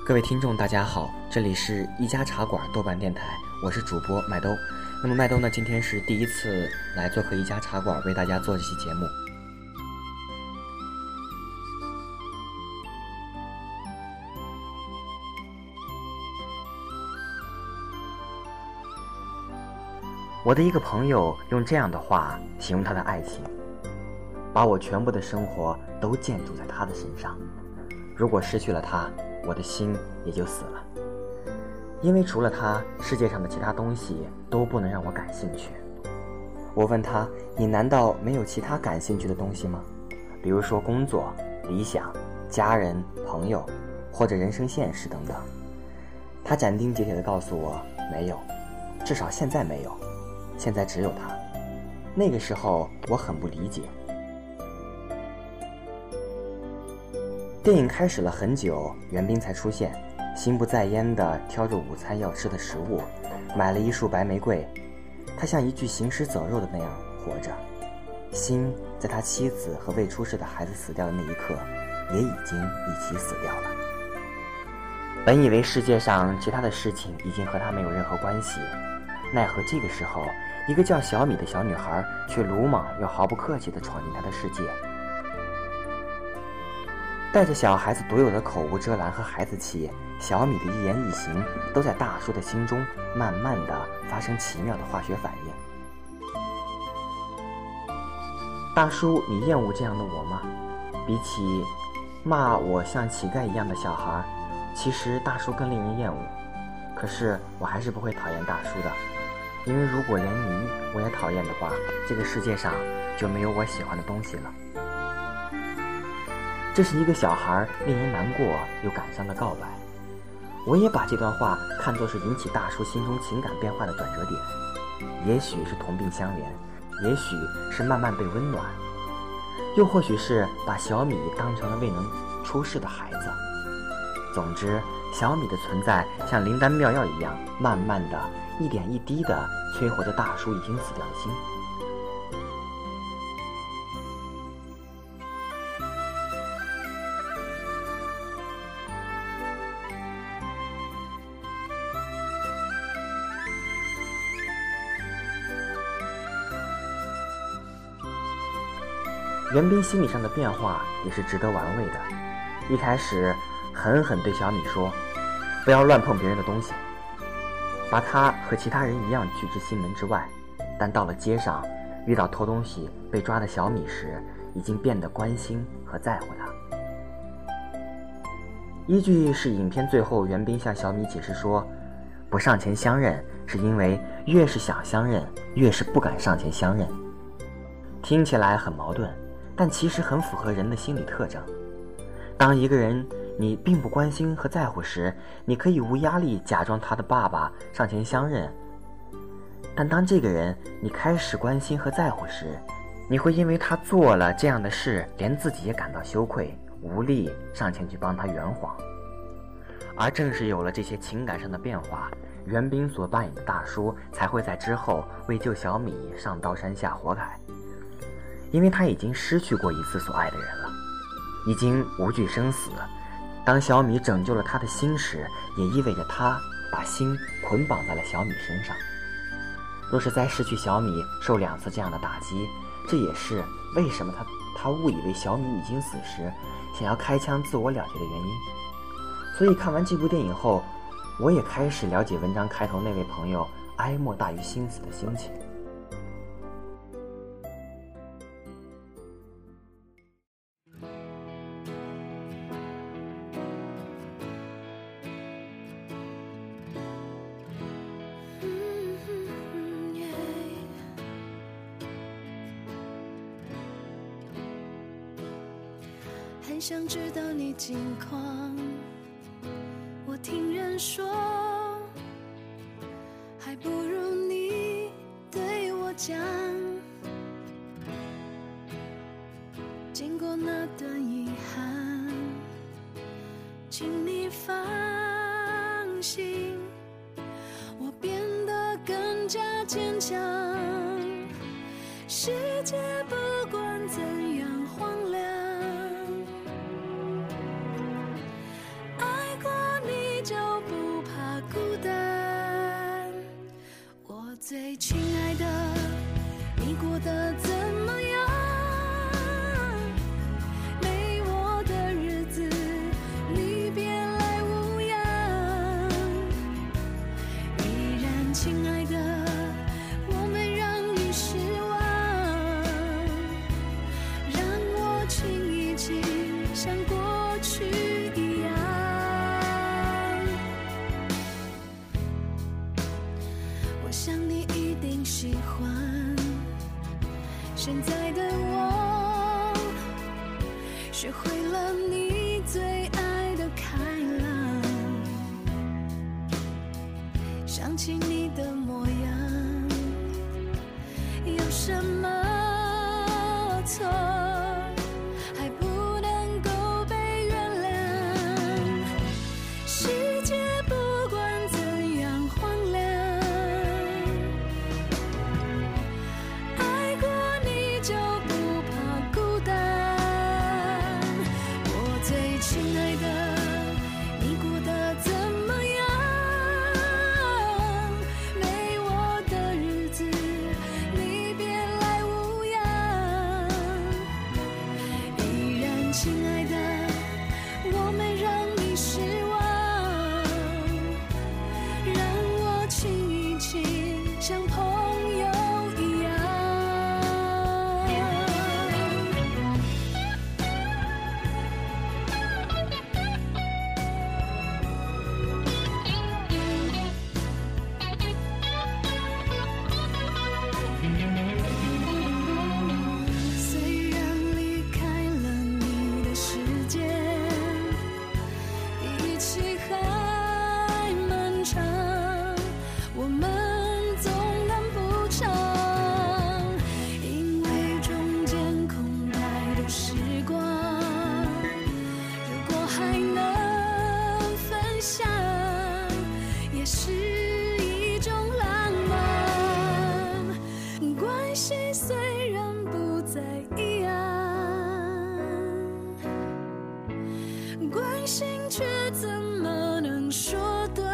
各位听众大家好，这里是一家茶馆豆瓣电台，我是主播麦兜。那么麦兜呢，今天是第一次来做客一家茶馆，为大家做这期节目。我的一个朋友用这样的话形容他的爱情：把我全部的生活都建筑在他的身上，如果失去了他，我的心也就死了。因为除了他，世界上的其他东西都不能让我感兴趣。我问他：你难道没有其他感兴趣的东西吗？比如说工作、理想、家人、朋友，或者人生现实等等。他斩钉截铁地告诉我：没有，至少现在没有，现在只有他。那个时候我很不理解。电影开始了很久，袁冰才出现，心不在焉地挑着午餐要吃的食物，买了一束白玫瑰。他像一具行尸走肉的那样活着，心在他妻子和未出世的孩子死掉的那一刻，也已经一起死掉了。本以为世界上其他的事情已经和他没有任何关系，奈何这个时候，一个叫小米的小女孩却鲁莽又毫不客气地闯进他的世界，带着小孩子独有的口无遮拦和孩子气，小米的一言一行都在大叔的心中慢慢地发生奇妙的化学反应。大叔，你厌恶这样的我吗？比起骂我像乞丐一样的小孩，其实大叔更令人厌恶。可是我还是不会讨厌大叔的，因为如果连你我也讨厌的话，这个世界上就没有我喜欢的东西了。这是一个小孩令人难过又感伤的告白。我也把这段话看作是引起大叔心中情感变化的转折点，也许是同病相怜，也许是慢慢被温暖，又或许是把小米当成了未能出世的孩子。总之，小米的存在像灵丹妙药一样，慢慢的一点一滴的摧毁着大叔已经死掉的心。袁冰心理上的变化也是值得玩味的。一开始狠狠对小米说：不要乱碰别人的东西，把他和其他人一样拒之心门之外。但到了街上，遇到偷东西被抓的小米时，已经变得关心和在乎他。依据是影片最后袁冰向小米解释说，不上前相认是因为越是想相认，越是不敢上前相认。听起来很矛盾，但其实很符合人的心理特征。当一个人你并不关心和在乎时，你可以无压力假装他的爸爸上前相认，但当这个人你开始关心和在乎时，你会因为他做了这样的事，连自己也感到羞愧，无力上前去帮他圆谎。而正是有了这些情感上的变化，袁冰所扮演的大叔才会在之后为救小米上刀山下火海，因为他已经失去过一次所爱的人了，已经无惧生死。当小米拯救了他的心时，也意味着他把心捆绑在了小米身上。若是再失去小米，受2次这样的打击，这也是为什么他误以为小米已经死时，想要开枪自我了结的原因。所以看完这部电影后，我也开始了解文章开头那位朋友哀莫大于心死的心情。 很想知道你近况，我听人说，还不如你对我讲。经过那段遗憾，请你放心，我变得更加坚强。世界不管怎样荒凉，爱过你最亲爱的，你过得怎么样？没我的日子，你别来无恙。依然亲爱的，我没让你失望，让我亲一亲，像过去一样。我想你一定喜欢现在的我，学会了你最爱的开朗，想起你的模样，有什么错还不能够被原谅？世界不管怎样荒凉，爱过你就不怕孤单。我最亲爱的，你过得怎么样？没我的日子，你别来无恙。依然亲爱的，我没让你失望，让我亲一亲，像朋友一样。虽然离开了你的世界，一起还漫长，我们总赶不上，因为中间空白的时光，如果还能分享，也是一种浪漫。关系虽然不再一样，关心却怎么能说断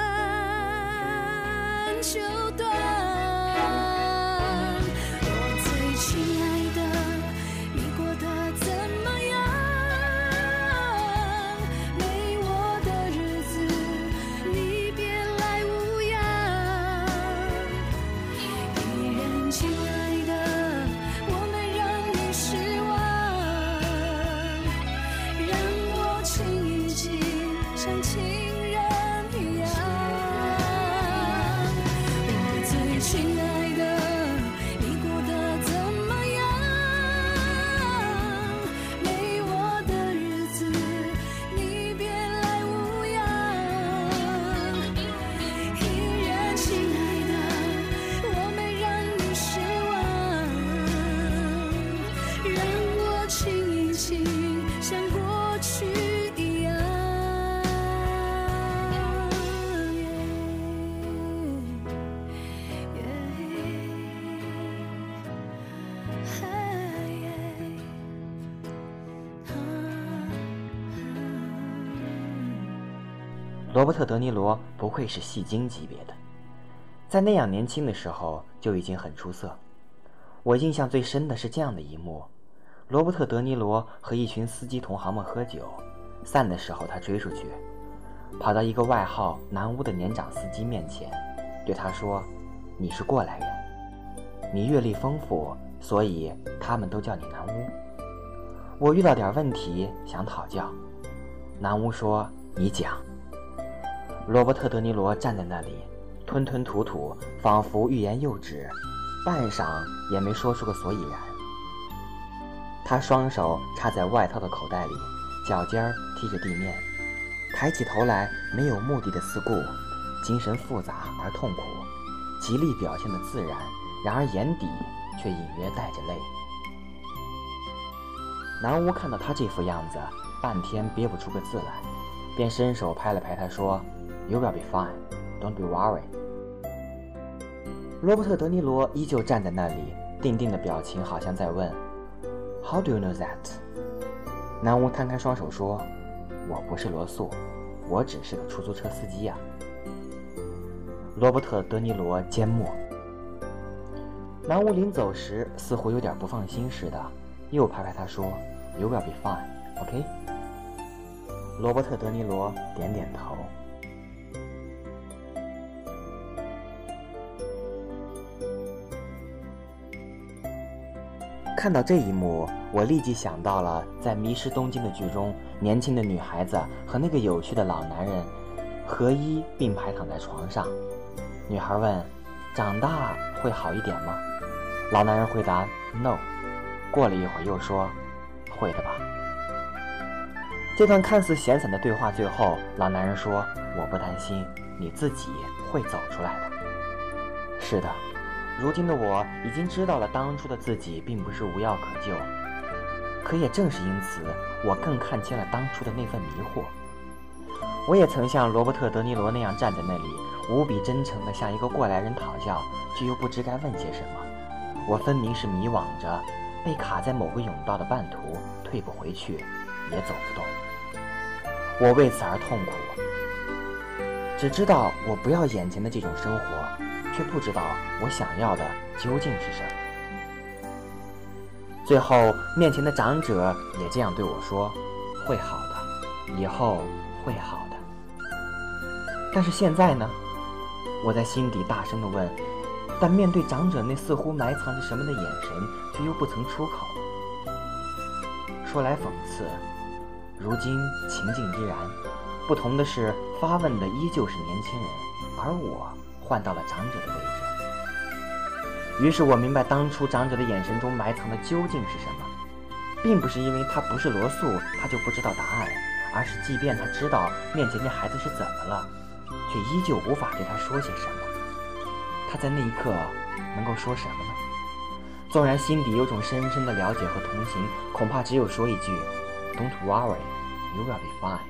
就断？我最亲爱的，你过得怎么样？没我的日子，你别来无恙。依然亲爱的，我没让你失望，让我亲一亲，像情人一样。我最亲爱的，你过得怎么样？没我的日子，你别来无恙。依然亲爱的，我没让你失望，让我亲一亲，像过去一样。 罗伯特·德尼罗不愧是戏精级别的，在那样年轻的时候就已经很出色。我印象最深的是这样的一幕：罗伯特·德尼罗和一群司机同行们喝酒，散的时候他追出去，跑到一个外号南屋的年长司机面前，对他说：“你是过来人，你阅历丰富，所以他们都叫你南屋。我遇到点问题想讨教。”南屋说：“你讲。”罗伯特·德尼罗站在那里，吞吞吐吐，仿佛欲言又止，半晌也没说出个所以然。他双手插在外套的口袋里，脚尖儿踢着地面，抬起头来，没有目的的四顾，精神复杂而痛苦，极力表现得自然，然而眼底却隐约带着泪。南屋看到他这副样子，半天憋不出个字来，便伸手拍了拍他说：“You will be fine, don't be worried。”罗伯特·德尼罗依旧站在那里，定定的表情好像在问 ：“How do you know that？” 南屋摊开双手说：“我不是罗素，我只是个出租车司机呀。”罗伯特·德尼罗缄默。 南无临走时似乎有点不放心似的，又拍拍他说 You will be fine, OK？ 罗伯特·德尼罗点点头。看到这一幕，我立即想到了在《迷失东京》的剧中，年轻的女孩子和那个有趣的老男人合一并排躺在床上。女孩问：“长大会好一点吗？”老男人回答 ：“No。”过了一会儿又说：“会的吧。”这段看似闲散的对话最后，老男人说：“我不担心，你自己会走出来的。”是的。如今的我已经知道了当初的自己并不是无药可救，可也正是因此，我更看清了当初的那份迷惑。我也曾像罗伯特·德尼罗那样站在那里，无比真诚地向一个过来人讨教，却又不知该问些什么。我分明是迷惘着，被卡在某个甬道的半途，退不回去，也走不动。我为此而痛苦，只知道我不要眼前的这种生活，却不知道我想要的究竟是什么。最后，面前的长者也这样对我说：“会好的，以后会好的。”但是现在呢？我在心底大声地问，但面对长者那似乎埋藏着什么的眼神，却又不曾出口。说来讽刺，如今情境依然，不同的是，发问的依旧是年轻人，而我换到了长者的位置。于是我明白当初长者的眼神中埋藏的究竟是什么，并不是因为他不是罗素他就不知道答案，而是即便他知道面前这孩子是怎么了，却依旧无法对他说些什么。他在那一刻能够说什么呢？纵然心底有种深深的了解和同情，恐怕只有说一句 Don't worry, you will be fine。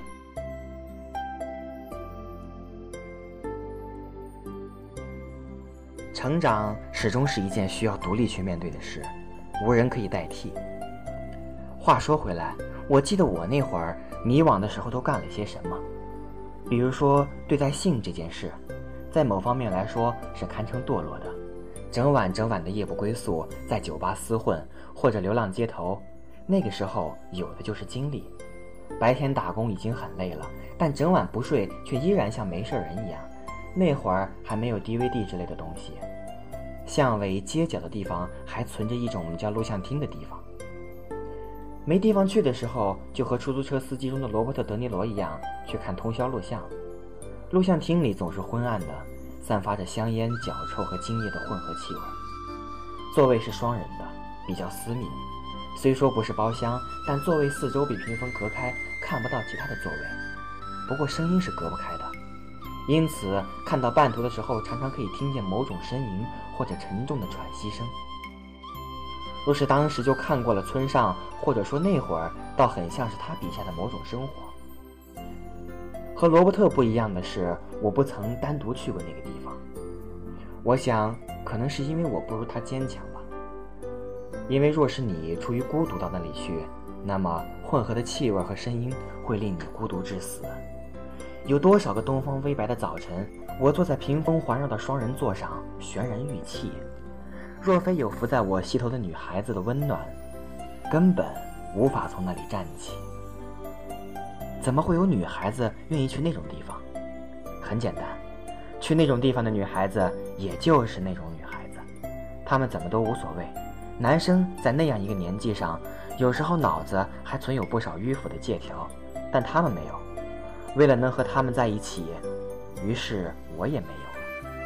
成长始终是一件需要独立去面对的事，无人可以代替。话说回来，我记得我那会儿迷惘的时候都干了些什么。比如说对待性这件事，在某方面来说是堪称堕落的，整晚的夜不归宿，在酒吧厮混或者流浪街头。那个时候有的就是精力，白天打工已经很累了，但整晚不睡却依然像没事人一样。那会儿还没有 DVD 之类的东西，巷尾街角的地方还存着一种叫录像厅的地方。没地方去的时候，就和出租车司机中的罗伯特·德尼罗一样，去看通宵录像。录像厅里总是昏暗的，散发着香烟、脚臭和精液的混合气味。座位是双人的，比较私密，虽说不是包厢，但座位四周被屏风隔开，看不到其他的座位。不过声音是隔不开的，因此看到半途的时候，常常可以听见某种呻吟或者沉重的喘息声。若是当时就看过了村上，或者说那会儿，倒很像是他笔下的某种生活。和罗伯特不一样的是，我不曾单独去过那个地方。我想可能是因为我不如他坚强吧。因为若是你出于孤独到那里去，那么混合的气味和声音会令你孤独致死。有多少个东方微白的早晨，我坐在屏风环绕的双人座上悬然欲泣，若非有伏在我膝头的女孩子的温暖，根本无法从那里站起。怎么会有女孩子愿意去那种地方？很简单，去那种地方的女孩子也就是那种女孩子，她们怎么都无所谓。男生在那样一个年纪上，有时候脑子还存有不少迂腐的借条，但他们没有。为了能和他们在一起，于是我也没有了。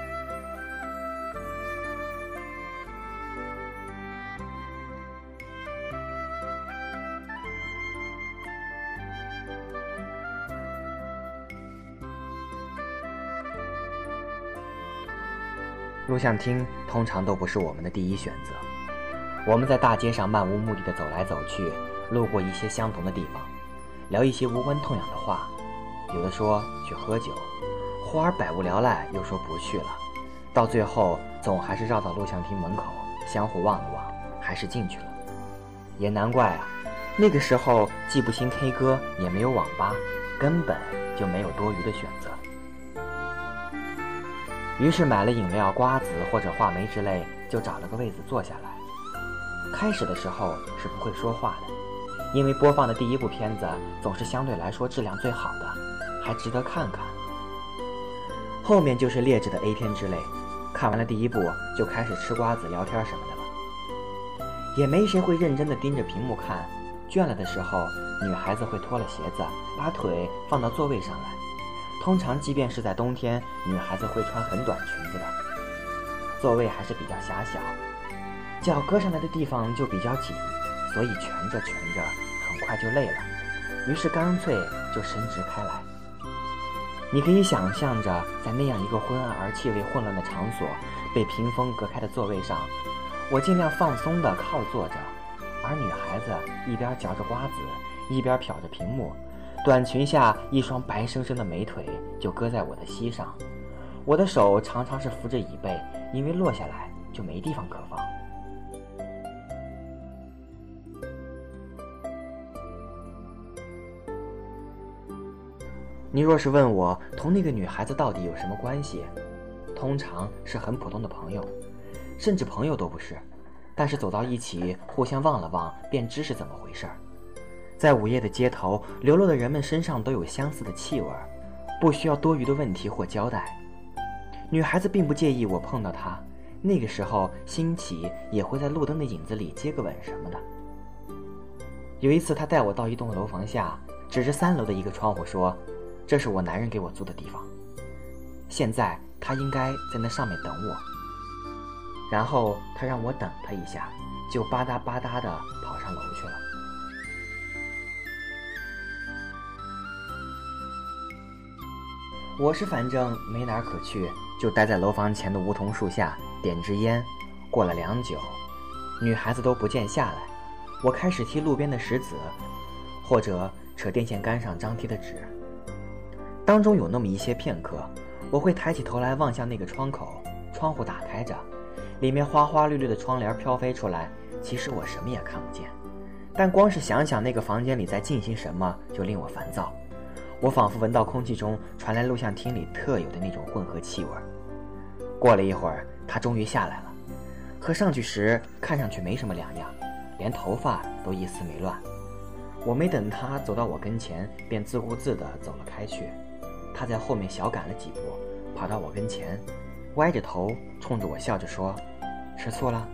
录像厅通常都不是我们的第一选择。我们在大街上漫无目的地走来走去，路过一些相同的地方，聊一些无关痛痒的话，有的说去喝酒，忽而百无聊赖又说不去了，到最后总还是绕到录像厅门口，相互望了望，还是进去了。也难怪啊，那个时候既不兴 K 歌，也没有网吧，根本就没有多余的选择。于是买了饮料、瓜子或者话梅之类，就就找了个位子坐下来。开始的时候是不会说话的，因为播放的第一部片子总是相对来说质量最好的，还值得看看。后面就是劣质的 A 片之类，看完了第一部就开始吃瓜子聊天什么的了。也没谁会认真的盯着屏幕看，倦了的时候，女孩子会脱了鞋子，把腿放到座位上来。通常即便是在冬天，女孩子会穿很短裙子的，座位还是比较狭小，脚搁上来的地方就比较紧，所以蜷着很快就累了，于是干脆就伸直开来。你可以想象着在那样一个昏暗而气味混乱的场所，被屏风隔开的座位上，我尽量放松地靠坐着，而女孩子一边嚼着瓜子，一边瞟着屏幕，短裙下一双白生生的美腿就搁在我的膝上，我的手常常是扶着椅背，因为落下来就没地方可放。你若是问我同那个女孩子到底有什么关系，通常是很普通的朋友，甚至朋友都不是，但是走到一起互相望了望便知是怎么回事儿。在午夜的街头，流落的人们身上都有相似的气味，不需要多余的问题或交代。女孩子并不介意我碰到她，那个时候兴起也会在路灯的影子里接个吻什么的。有一次她带我到一栋楼房下，指着3楼的一个窗户说，这是我男人给我租的地方，现在他应该在那上面等我。然后他让我等他一下，就吧嗒吧嗒地跑上楼去了。我是反正没哪儿可去，就待在楼房前的梧桐树下点支烟。过了良久，女孩子都不见下来，我开始踢路边的石子，或者扯电线杆上张贴的纸。当中有那么一些片刻，我会抬起头来望向那个窗口，窗户打开着，里面花花绿绿的窗帘飘飞出来，其实我什么也看不见，但光是想想那个房间里在进行什么就令我烦躁。我仿佛闻到空气中传来录像厅里特有的那种混合气味。过了一会儿，他终于下来了，和上去时看上去没什么两样，连头发都一丝没乱。我没等他走到我跟前，便自顾自地走了开去。他在后面小赶了几步，跑到我跟前，歪着头冲着我笑着说，吃醋了？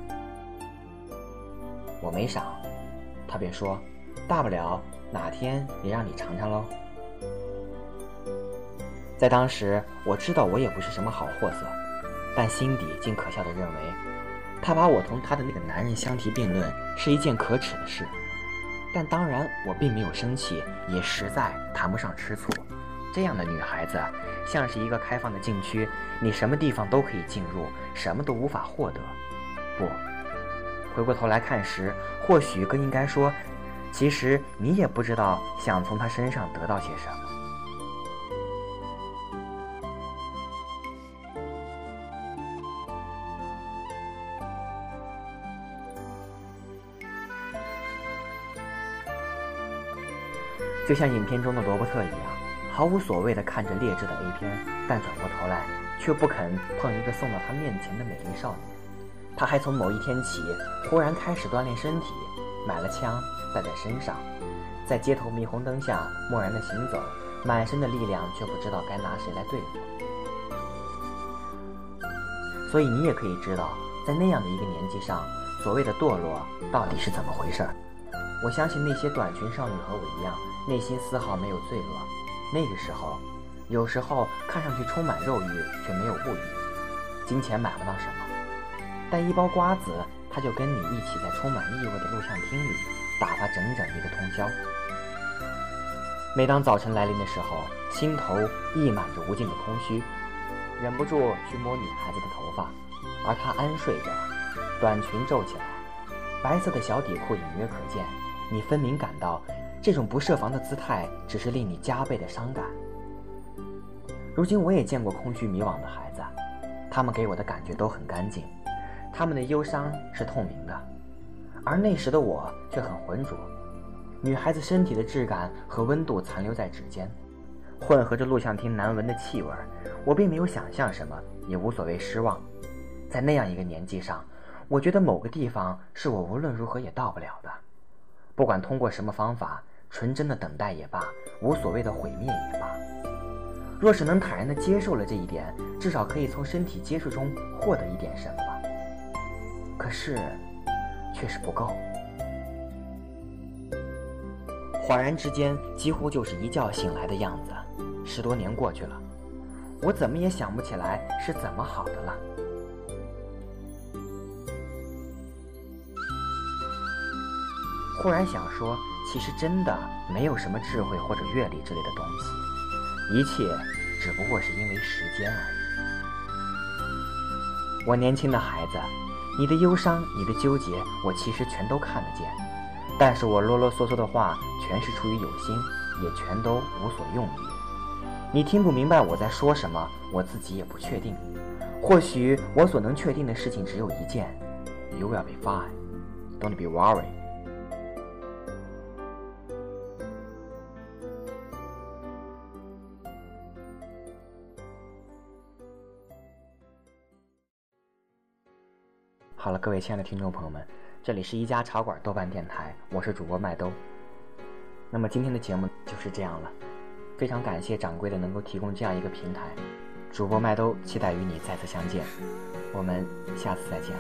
我没傻，他便说，大不了哪天也让你尝尝喽。在当时我知道我也不是什么好货色，但心底竟可笑地认为，他把我同他的那个男人相提并论是一件可耻的事。但当然我并没有生气，也实在谈不上吃醋。这样的女孩子像是一个开放的禁区，你什么地方都可以进入，什么都无法获得。不，回过头来看时，或许更应该说，其实你也不知道想从她身上得到些什么。就像影片中的罗伯特一样，毫无所谓地看着劣质的 A 片，但转过头来却不肯碰一个送到他面前的美丽少女。他还从某一天起忽然开始锻炼身体，买了枪带在身上，在街头霓虹灯下漠然地行走，满身的力量却不知道该拿谁来对付。所以你也可以知道，在那样的一个年纪上，所谓的堕落到底是怎么回事。我相信那些短裙少女和我一样，内心丝毫没有罪恶。那个时候，有时候看上去充满肉欲，却没有物欲。金钱买不到什么，但一包瓜子，他就跟你一起在充满异味的录像厅里打发整整一个通宵。每当早晨来临的时候，心头溢满着无尽的空虚，忍不住去摸女孩子的头发，而她安睡着，短裙皱起来，白色的小底裤隐约可见。你分明感到这种不设防的姿态只是令你加倍的伤感。如今我也见过空虚迷惘的孩子，他们给我的感觉都很干净，他们的忧伤是透明的，而那时的我却很浑浊。女孩子身体的质感和温度残留在指尖，混合着录像厅难闻的气味，我并没有想象什么，也无所谓失望。在那样一个年纪上， 我觉得某个地方是我无论如何也到不了的。不管通过什么方法，纯真的等待也罢，无所谓的毁灭也罢，若是能坦然地接受了这一点，至少可以从身体接触中获得一点什么吧。可是却是不够。恍然之间，几乎就是一觉醒来的样子。10多年过去了，我怎么也想不起来是怎么好的了。忽然想说，其实真的没有什么智慧或者阅历之类的东西，一切只不过是因为时间而已。我年轻的孩子，你的忧伤，你的纠结，我其实全都看得见，但是我啰啰嗦嗦的话全是出于有心，也全都无所用意。你听不明白我在说什么，我自己也不确定。或许我所能确定的事情只有一件， You will be fine. Don't be worried. 好了，各位亲爱的听众朋友们，这里是一家茶馆豆瓣电台，我是主播麦兜。那么今天的节目就是这样了，非常感谢掌柜的能够提供这样一个平台，主播麦兜期待与你再次相见，我们下次再见。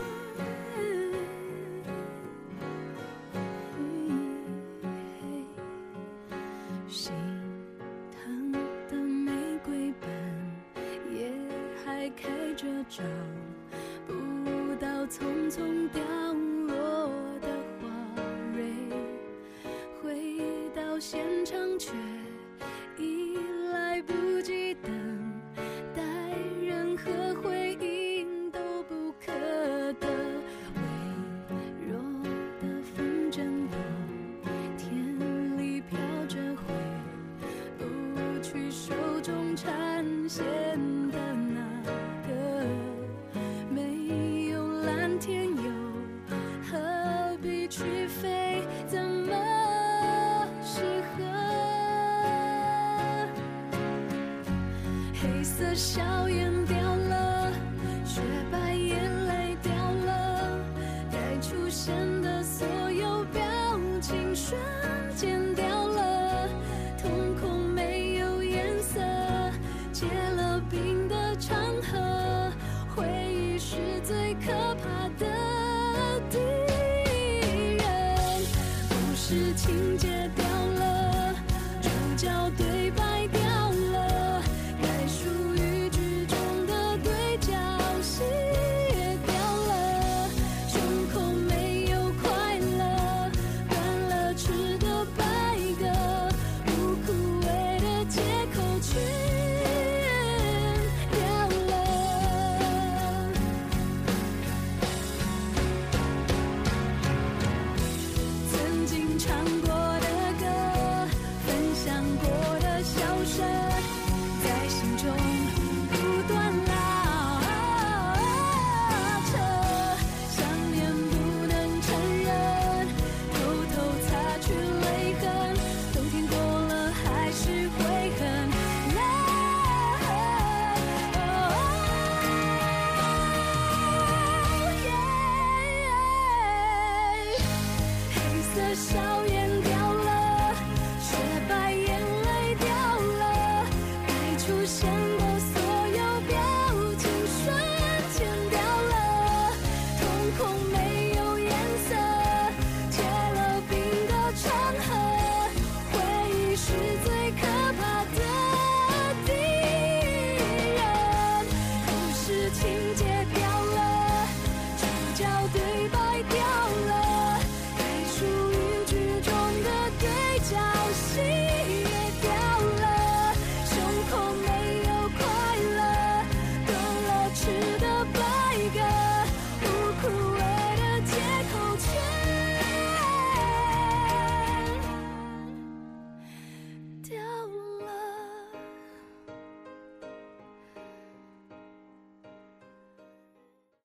心疼的玫瑰瓣也还开着，找不到匆匆掉落的花蕊，回到现场却已来不及等待，任何回应都不可得。微弱的风筝有天里飘着，回不去手中缠线的那个。没有蓝天又何必去飞，怎么适合？黑色笑颜掉了，雪白眼泪掉了，该出现的所有表情瞬间掉了，瞳孔没有颜色，结了冰的长河，回忆是最可怕的敌人。故事情节掉了，主角对白掉了，该属于剧中的对角戏也掉了，胸口没有快乐，断了翅的白鸽，不枯萎的借口全掉了。曾经唱过的歌，分享过的笑声，在心中不断拉扯，想念不能承认，偷偷擦去泪痕，冬天过了还是会很冷。黑色笑颜掉了，雪白眼泪掉了，该出现的所有表情瞬间掉了，瞳孔没有颜色，结了冰的长河，回忆是最可怕的敌人。故事情节